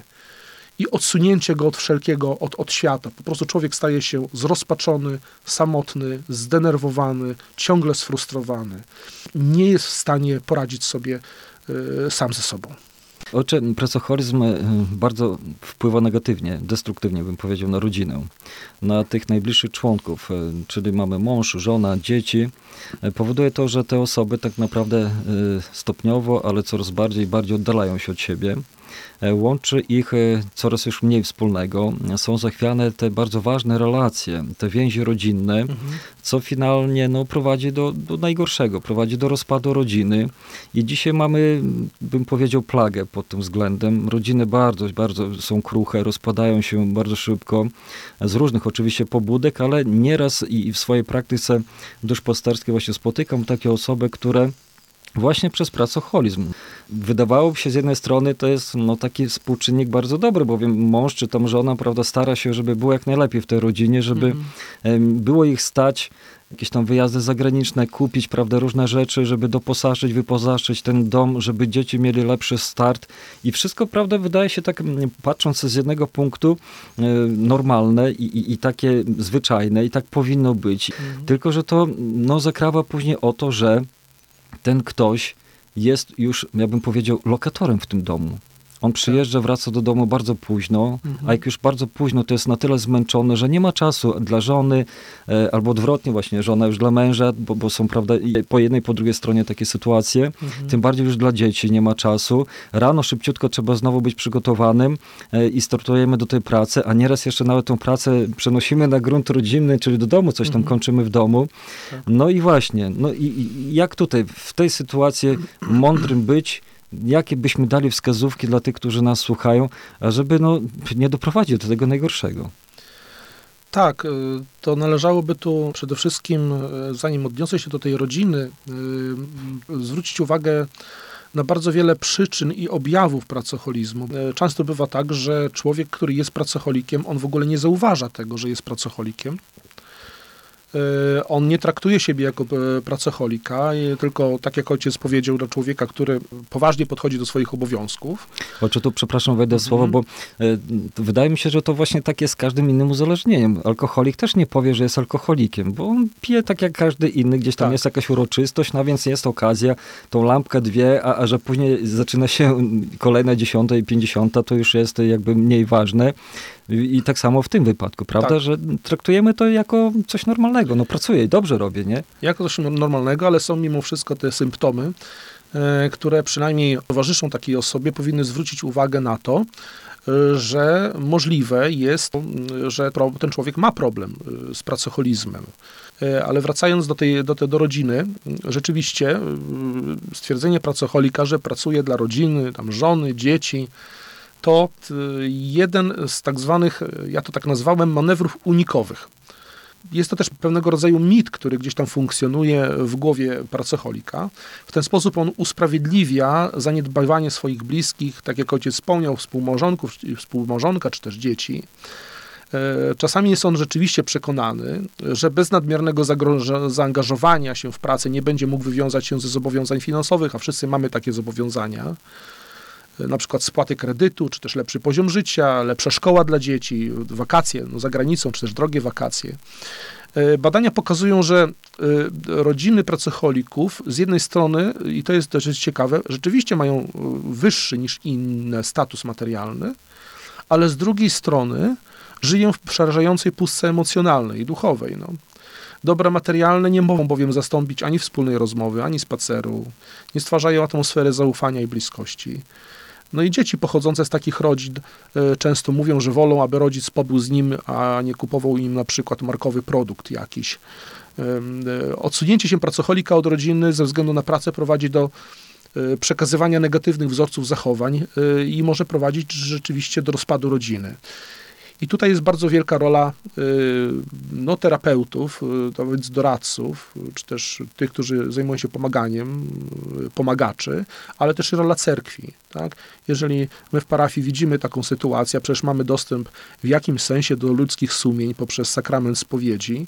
i odsunięcie go od wszelkiego, od, od świata. Po prostu człowiek staje się zrozpaczony, samotny, zdenerwowany, ciągle sfrustrowany. Nie jest w stanie poradzić sobie y, sam ze sobą. Ojcze, pracoholizm bardzo wpływa negatywnie, destruktywnie bym powiedział, na rodzinę, na tych najbliższych członków, czyli mamy mąż, żona, dzieci. Powoduje to, że te osoby tak naprawdę stopniowo, ale coraz bardziej i bardziej oddalają się od siebie. Łączy ich coraz już mniej wspólnego. Są zachwiane te bardzo ważne relacje, te więzi rodzinne, mhm. co finalnie no, prowadzi do, do najgorszego, prowadzi do rozpadu rodziny. I dzisiaj mamy, bym powiedział, plagę pod tym względem. Rodziny bardzo, bardzo są kruche, rozpadają się bardzo szybko, z różnych oczywiście pobudek, ale nieraz i w swojej praktyce duszpasterskiej właśnie spotykam takie osoby, które właśnie przez pracoholizm. Wydawałoby się z jednej strony to jest no, taki współczynnik bardzo dobry, bowiem mąż czy tam żona, prawda, stara się, żeby było jak najlepiej w tej rodzinie, żeby mm. było ich stać, jakieś tam wyjazdy zagraniczne, kupić, prawda, różne rzeczy, żeby doposażyć, wyposażyć ten dom, żeby dzieci mieli lepszy start i wszystko, prawda, wydaje się tak, patrząc z jednego punktu, normalne i, i, i takie zwyczajne i tak powinno być. Mm. Tylko, że to no, zakrawa później o to, że ten ktoś jest już, ja bym powiedział, lokatorem w tym domu. On przyjeżdża, wraca do domu bardzo późno, mhm. a jak już bardzo późno, to jest na tyle zmęczony, że nie ma czasu dla żony, e, albo odwrotnie właśnie, żona już dla męża, bo, bo są, prawda, i po jednej, po drugiej stronie takie sytuacje. Mhm. Tym bardziej już dla dzieci nie ma czasu. Rano szybciutko trzeba znowu być przygotowanym e, i startujemy do tej pracy, a nieraz jeszcze nawet tą pracę przenosimy na grunt rodzinny, czyli do domu, coś tam mhm. kończymy w domu. Tak. No i właśnie, no i, i jak tutaj w tej sytuacji mądrym być, jakie byśmy dali wskazówki dla tych, którzy nas słuchają, żeby no, nie doprowadzić do tego najgorszego? Tak, to należałoby tu przede wszystkim, zanim odniosę się do tej rodziny, zwrócić uwagę na bardzo wiele przyczyn i objawów pracoholizmu. Często bywa tak, że człowiek, który jest pracocholikiem, on w ogóle nie zauważa tego, że jest pracocholikiem. On nie traktuje siebie jako pracocholika, tylko tak jak ojciec powiedział, do człowieka, który poważnie podchodzi do swoich obowiązków. Ojcze, tu przepraszam, wejdę mm-hmm. słowo, bo y, wydaje mi się, że to właśnie tak jest z każdym innym uzależnieniem. Alkoholik też nie powie, że jest alkoholikiem, bo on pije tak jak każdy inny, gdzieś tam tak. jest jakaś uroczystość, no więc jest okazja, tą lampkę dwie, a, a że później zaczyna się kolejna dziesiąta i pięćdziesiąta, to już jest jakby mniej ważne. I, I tak samo w tym wypadku, prawda, Tak. że traktujemy to jako coś normalnego. No pracuję i dobrze robię, nie? Jako coś normalnego, ale są mimo wszystko te symptomy, e, które przynajmniej towarzyszą takiej osobie, powinny zwrócić uwagę na to, e, że możliwe jest, e, że pro, ten człowiek ma problem e, z pracoholizmem. E, ale wracając do, tej, do, tej, do rodziny, rzeczywiście e, stwierdzenie pracoholika, że pracuje dla rodziny, tam żony, dzieci, to e, jeden z tak zwanych, ja to tak nazwałem, manewrów unikowych. Jest to też pewnego rodzaju mit, który gdzieś tam funkcjonuje w głowie pracoholika. W ten sposób on usprawiedliwia zaniedbywanie swoich bliskich, tak jak ojciec wspomniał, współmałżonków, współmałżonka czy też dzieci. Czasami jest on rzeczywiście przekonany, że bez nadmiernego zaangażowania się w pracę nie będzie mógł wywiązać się ze zobowiązań finansowych, a wszyscy mamy takie zobowiązania. Na przykład spłaty kredytu, czy też lepszy poziom życia, lepsza szkoła dla dzieci, wakacje no za granicą, czy też drogie wakacje. Badania pokazują, że rodziny pracocholików z jednej strony, i to jest dość ciekawe, rzeczywiście mają wyższy niż inne status materialny, ale z drugiej strony żyją w przerażającej pustce emocjonalnej i duchowej. No. Dobra materialne nie mogą bowiem zastąpić ani wspólnej rozmowy, ani spaceru, nie stwarzają atmosfery zaufania i bliskości. No i dzieci pochodzące z takich rodzin y, często mówią, że wolą, aby rodzic pobył z nim, a nie kupował im na przykład markowy produkt jakiś. Y, y, odsunięcie się pracocholika od rodziny ze względu na pracę prowadzi do y, przekazywania negatywnych wzorców zachowań y, i może prowadzić rzeczywiście do rozpadu rodziny. I tutaj jest bardzo wielka rola no, terapeutów, to więc doradców, czy też tych, którzy zajmują się pomaganiem, pomagaczy, ale też rola cerkwi. Tak? Jeżeli my w parafii widzimy taką sytuację, przecież mamy dostęp w jakimś sensie do ludzkich sumień poprzez sakrament spowiedzi,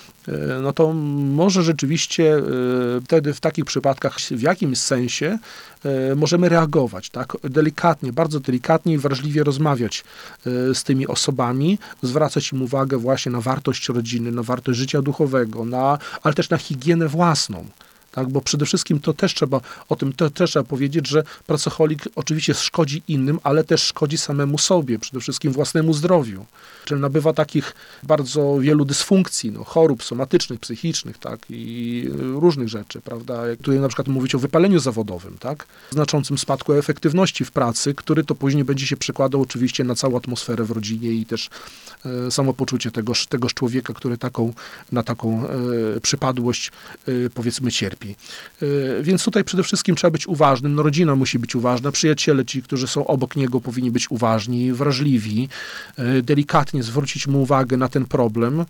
no to może rzeczywiście wtedy w takich przypadkach w jakimś sensie możemy reagować, tak? Delikatnie, bardzo delikatnie i wrażliwie rozmawiać z tymi osobami, zwracać im uwagę właśnie na wartość rodziny, na wartość życia duchowego, na, ale też na higienę własną. Tak, bo przede wszystkim to też trzeba, o tym to też trzeba powiedzieć, że pracocholik oczywiście szkodzi innym, ale też szkodzi samemu sobie, przede wszystkim własnemu zdrowiu. Czyli nabywa takich bardzo wielu dysfunkcji, no, chorób somatycznych, psychicznych, tak, i różnych rzeczy, prawda. Jak tutaj na przykład mówić o wypaleniu zawodowym, tak, znaczącym spadku efektywności w pracy, który to później będzie się przekładał oczywiście na całą atmosferę w rodzinie i też e, samopoczucie tegoż, tegoż człowieka, który taką, na taką e, przypadłość e, powiedzmy cierpi. Więc tutaj przede wszystkim trzeba być uważnym, no rodzina musi być uważna, przyjaciele ci, którzy są obok niego powinni być uważni, wrażliwi, delikatnie zwrócić mu uwagę na ten problem,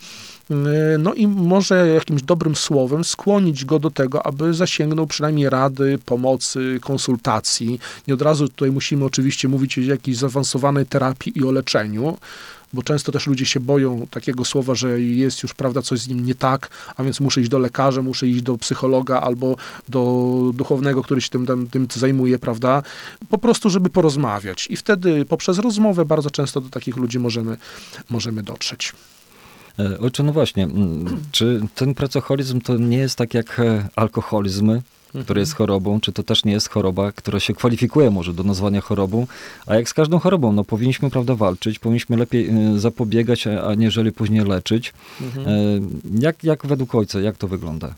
no i może jakimś dobrym słowem skłonić go do tego, aby zasięgnął przynajmniej rady, pomocy, konsultacji. Nie od razu tutaj musimy oczywiście mówić o jakiejś zaawansowanej terapii i o leczeniu, bo często też ludzie się boją takiego słowa, że jest już, prawda, coś z nim nie tak, a więc muszę iść do lekarza, muszę iść do psychologa albo do duchownego, który się tym, tym, tym zajmuje, prawda, po prostu, żeby porozmawiać. I wtedy poprzez rozmowę bardzo często do takich ludzi możemy, możemy dotrzeć. Ojcze, no właśnie, czy ten pracoholizm to nie jest tak jak alkoholizm, który jest chorobą, czy to też nie jest choroba, która się kwalifikuje może do nazwania chorobą, a jak z każdą chorobą, no powinniśmy, prawda, walczyć, powinniśmy lepiej zapobiegać, aniżeli później leczyć. Mhm. Jak, jak według ojca, jak to wygląda?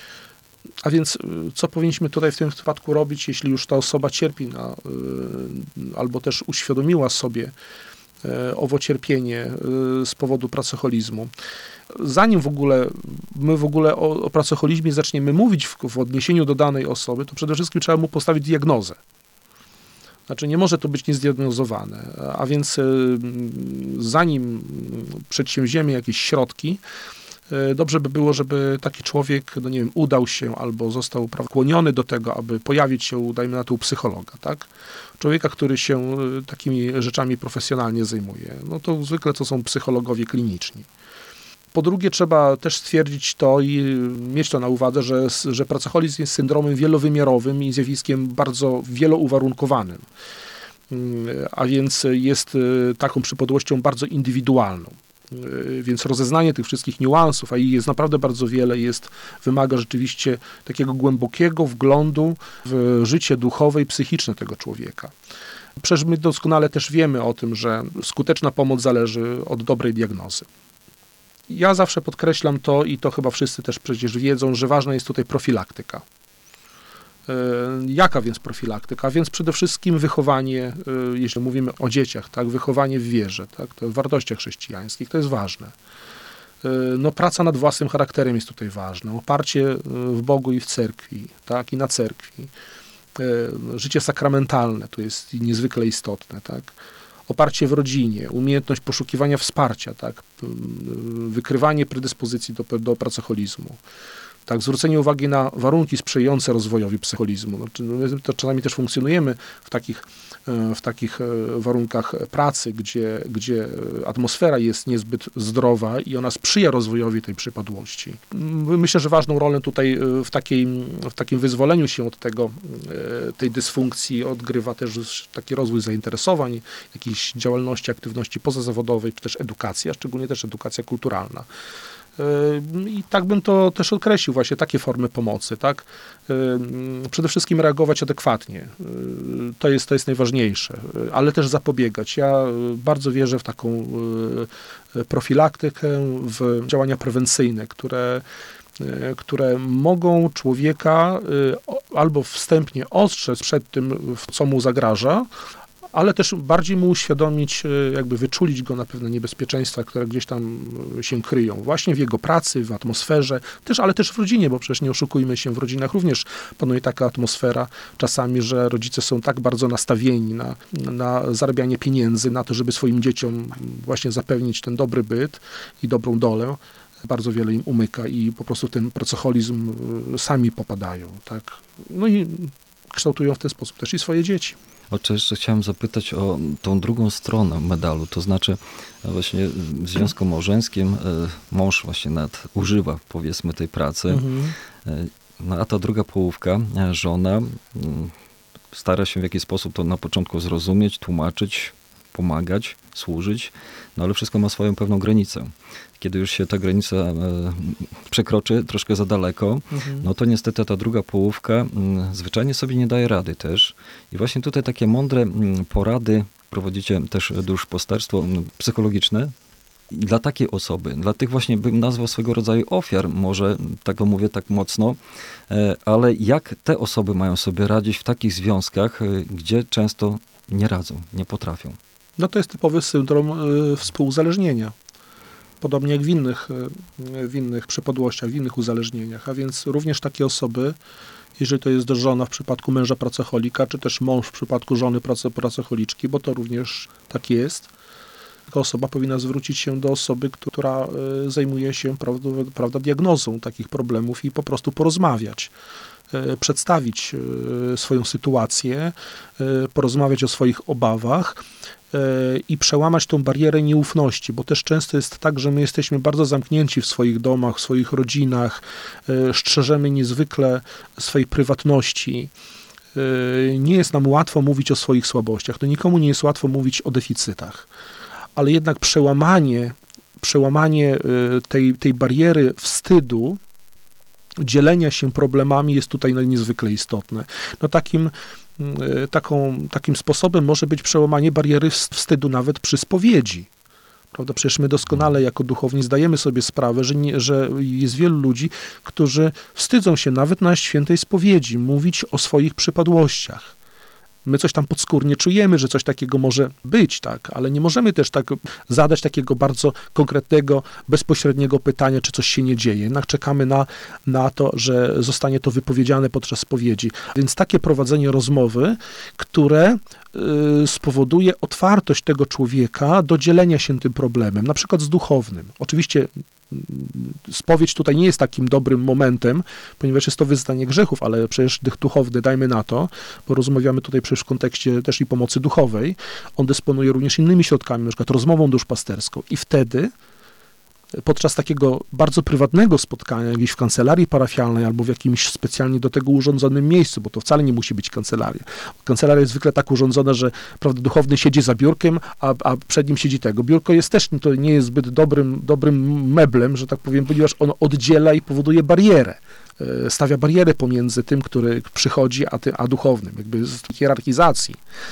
A więc co powinniśmy tutaj w tym przypadku robić, jeśli już ta osoba cierpi na, albo też uświadomiła sobie owo cierpienie z powodu pracoholizmu. Zanim w ogóle my w ogóle o, o pracoholizmie zaczniemy mówić w, w odniesieniu do danej osoby, to przede wszystkim trzeba mu postawić diagnozę. Znaczy nie może to być niezdiagnozowane, a więc zanim przedsięwziemy jakieś środki, dobrze by było, żeby taki człowiek, no nie wiem, udał się albo został skłoniony do tego, aby pojawić się, dajmy na to, u psychologa, tak? Człowieka, który się takimi rzeczami profesjonalnie zajmuje. No to zwykle to są psychologowie kliniczni. Po drugie, trzeba też stwierdzić to i mieć to na uwadze, że, że pracoholizm jest syndromem wielowymiarowym i zjawiskiem bardzo wielouwarunkowanym. A więc jest taką przypadłością bardzo indywidualną. Więc rozeznanie tych wszystkich niuansów, a ich jest naprawdę bardzo wiele, jest, wymaga rzeczywiście takiego głębokiego wglądu w życie duchowe i psychiczne tego człowieka. Przecież my doskonale też wiemy o tym, że skuteczna pomoc zależy od dobrej diagnozy. Ja zawsze podkreślam to i to chyba wszyscy też przecież wiedzą, że ważna jest tutaj profilaktyka. Jaka więc profilaktyka? Więc przede wszystkim wychowanie, jeśli mówimy o dzieciach, tak, wychowanie w wierze, tak, to w wartościach chrześcijańskich, to jest ważne. No, praca nad własnym charakterem jest tutaj ważna, oparcie w Bogu i w cerkwi, tak, i na cerkwi. Życie sakramentalne tu jest niezwykle istotne, tak. Oparcie w rodzinie, umiejętność poszukiwania wsparcia, tak, wykrywanie predyspozycji do, do pracoholizmu. Tak, zwrócenie uwagi na warunki sprzyjające rozwojowi psycholizmu. No, my to czasami też funkcjonujemy w takich, w takich warunkach pracy, gdzie, gdzie atmosfera jest niezbyt zdrowa i ona sprzyja rozwojowi tej przypadłości. Myślę, że ważną rolę tutaj w, takiej, w takim wyzwoleniu się od tego, tej dysfunkcji odgrywa też taki rozwój zainteresowań, jakiejś działalności, aktywności pozazawodowej, czy też edukacja, szczególnie też edukacja kulturalna. I tak bym to też określił, właśnie takie formy pomocy, tak? Przede wszystkim reagować adekwatnie, to jest, to jest najważniejsze, ale też zapobiegać. Ja bardzo wierzę w taką profilaktykę, w działania prewencyjne, które które mogą człowieka albo wstępnie ostrzec przed tym, co mu zagraża, ale też bardziej mu uświadomić, jakby wyczulić go na pewne niebezpieczeństwa, które gdzieś tam się kryją. Właśnie w jego pracy, w atmosferze, też, ale też w rodzinie, bo przecież nie oszukujmy się, w rodzinach również panuje taka atmosfera czasami, że rodzice są tak bardzo nastawieni na, na zarabianie pieniędzy, na to, żeby swoim dzieciom właśnie zapewnić ten dobry byt i dobrą dolę. Bardzo wiele im umyka i po prostu w ten pracoholizm sami popadają, tak. No i kształtują w ten sposób też i swoje dzieci. O co jeszcze chciałem zapytać o tą drugą stronę medalu, to znaczy właśnie w związku małżeńskim mąż właśnie nadużywa, powiedzmy, tej pracy, mhm. no a ta druga połówka, żona, stara się w jakiś sposób to na początku zrozumieć, tłumaczyć, pomagać, służyć, no ale wszystko ma swoją pewną granicę. Kiedy już się ta granica e, przekroczy troszkę za daleko, mhm. no to niestety ta druga połówka m, zwyczajnie sobie nie daje rady też. I właśnie tutaj takie mądre m, porady prowadzicie też duszpasterstwo m, psychologiczne. I dla takiej osoby, dla tych właśnie, bym nazwał swego rodzaju ofiar, może tak to mówię tak mocno, e, ale jak te osoby mają sobie radzić w takich związkach, e, gdzie często nie radzą, nie potrafią? No to jest typowy syndrom y, współuzależnienia. Podobnie jak w innych, y, w innych przypadłościach, w innych uzależnieniach. A więc również takie osoby, jeżeli to jest żona w przypadku męża pracocholika, czy też mąż w przypadku żony praco, pracocholiczki, bo to również tak jest, taka osoba powinna zwrócić się do osoby, która y, zajmuje się prawda, prawda, diagnozą takich problemów i po prostu porozmawiać. Przedstawić swoją sytuację, porozmawiać o swoich obawach i przełamać tą barierę nieufności, bo też często jest tak, że my jesteśmy bardzo zamknięci w swoich domach, w swoich rodzinach, strzeżemy niezwykle swojej prywatności. Nie jest nam łatwo mówić o swoich słabościach, to nikomu nie jest łatwo mówić o deficytach, ale jednak przełamanie, przełamanie tej, tej bariery wstydu, dzielenia się problemami jest tutaj niezwykle istotne. No takim, taką, takim sposobem może być przełamanie bariery wstydu nawet przy spowiedzi. Prawda? Przecież my doskonale jako duchowni zdajemy sobie sprawę, że, nie, że jest wielu ludzi, którzy wstydzą się nawet na świętej spowiedzi mówić o swoich przypadłościach. My coś tam podskórnie czujemy, że coś takiego może być, tak, ale nie możemy też tak zadać takiego bardzo konkretnego, bezpośredniego pytania, czy coś się nie dzieje. Jednak czekamy na, na to, że zostanie to wypowiedziane podczas spowiedzi. Więc takie prowadzenie rozmowy, które y, spowoduje otwartość tego człowieka do dzielenia się tym problemem, na przykład z duchownym. Oczywiście spowiedź tutaj nie jest takim dobrym momentem, ponieważ jest to wyznanie grzechów, ale przecież duchowny, dajmy na to, bo rozmawiamy tutaj przecież w kontekście też i pomocy duchowej, on dysponuje również innymi środkami, na przykład rozmową duszpasterską i wtedy podczas takiego bardzo prywatnego spotkania, gdzieś w kancelarii parafialnej albo w jakimś specjalnie do tego urządzonym miejscu, bo to wcale nie musi być kancelaria. Kancelaria jest zwykle tak urządzona, że prawda, duchowny siedzi za biurkiem, a, a przed nim siedzi tego. Biurko jest też, to nie jest zbyt dobrym, dobrym meblem, że tak powiem, ponieważ ono oddziela i powoduje barierę. Stawia barierę pomiędzy tym, który przychodzi, a, ty, a duchownym, jakby z hierarchizacji.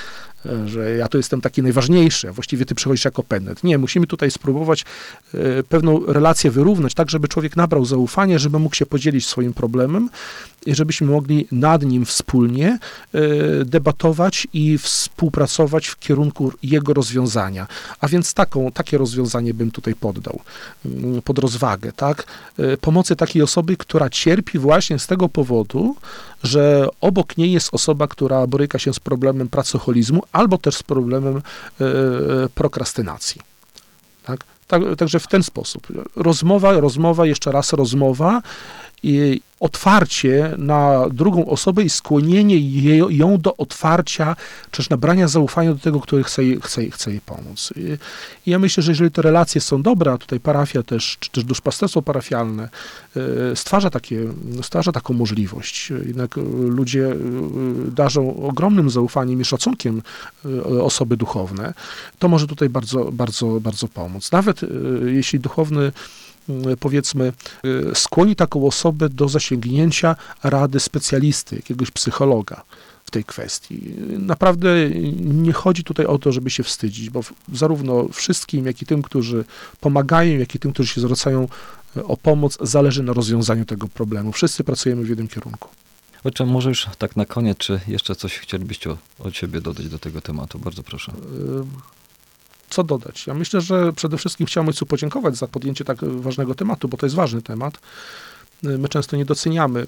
że ja to jestem taki najważniejszy, a właściwie ty przychodzisz jako pendent. Nie, musimy tutaj spróbować pewną relację wyrównać, tak żeby człowiek nabrał zaufania, żeby mógł się podzielić swoim problemem i żebyśmy mogli nad nim wspólnie debatować i współpracować w kierunku jego rozwiązania. A więc taką, takie rozwiązanie bym tutaj poddał pod rozwagę, tak? Pomocy takiej osoby, która cierpi właśnie z tego powodu, że obok niej jest osoba, która boryka się z problemem pracoholizmu albo też z problemem e, prokrastynacji. Tak? Tak, także w ten sposób. Rozmowa, rozmowa, jeszcze raz rozmowa i otwarcie na drugą osobę i skłonienie jej, ją do otwarcia, czy też nabrania zaufania do tego, który chce, jej- chce, jej- chce jej pomóc. I, I ja myślę, że jeżeli te relacje są dobre, a tutaj parafia też, czy też duszpasterstwo parafialne e, stwarza, takie, stwarza taką możliwość. Jednak e, ludzie e, darzą ogromnym zaufaniem i szacunkiem e, osoby duchowne, to może tutaj bardzo, bardzo, bardzo pomóc. Nawet e, jeśli duchowny powiedzmy, skłoni taką osobę do zasięgnięcia rady specjalisty, jakiegoś psychologa w tej kwestii. Naprawdę nie chodzi tutaj o to, żeby się wstydzić, bo zarówno wszystkim, jak i tym, którzy pomagają, jak i tym, którzy się zwracają o pomoc, zależy na rozwiązaniu tego problemu. Wszyscy pracujemy w jednym kierunku. Ojcze, może już tak na koniec, czy jeszcze coś chcielibyście od siebie dodać do tego tematu? Bardzo proszę. Co dodać? Ja myślę, że przede wszystkim chciałem Ojcu podziękować za podjęcie tak ważnego tematu, bo to jest ważny temat. My często nie doceniamy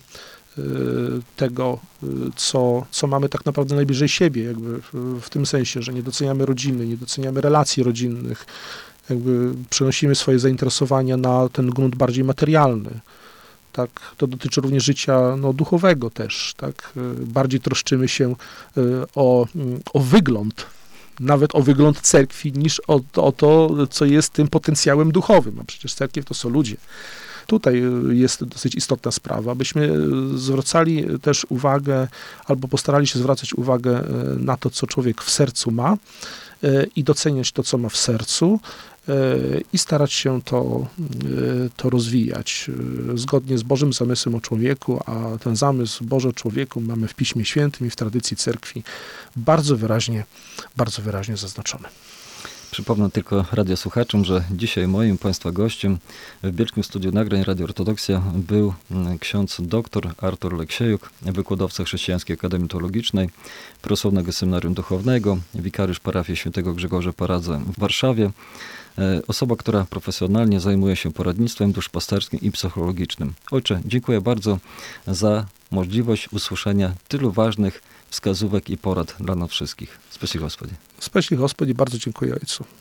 tego, co, co mamy tak naprawdę najbliżej siebie, jakby w tym sensie, że nie doceniamy rodziny, nie doceniamy relacji rodzinnych, jakby przenosimy swoje zainteresowania na ten grunt bardziej materialny. Tak, to dotyczy również życia no, duchowego też, tak. Bardziej troszczymy się o, o wygląd, nawet o wygląd cerkwi, niż o, o to, co jest tym potencjałem duchowym. A przecież cerkiew to są ludzie. Tutaj jest dosyć istotna sprawa, abyśmy zwracali też uwagę, albo postarali się zwracać uwagę na to, co człowiek w sercu ma i doceniać to, co ma w sercu i starać się to, to rozwijać zgodnie z Bożym zamysłem o człowieku, a ten zamysł Boży o człowieku mamy w Piśmie Świętym i w tradycji cerkwi bardzo wyraźnie, bardzo wyraźnie zaznaczony. Przypomnę tylko radiosłuchaczom, że dzisiaj moim Państwa gościem w Bielskim Studiu Nagrań Radio Ortodoksja był ksiądz dr Artur Leksiejuk, wykładowca Chrześcijańskiej Akademii Teologicznej, Prawosławnego Seminarium Duchownego, wikariusz parafii świętego Grzegorza Paradze w Warszawie, osoba, która profesjonalnie zajmuje się poradnictwem duszpasterskim i psychologicznym. Ojcze, dziękuję bardzo za możliwość usłyszenia tylu ważnych wskazówek i porad dla nas wszystkich. Spasi Gospodzie. Spasi Gospodzie, bardzo dziękuję Ojcu.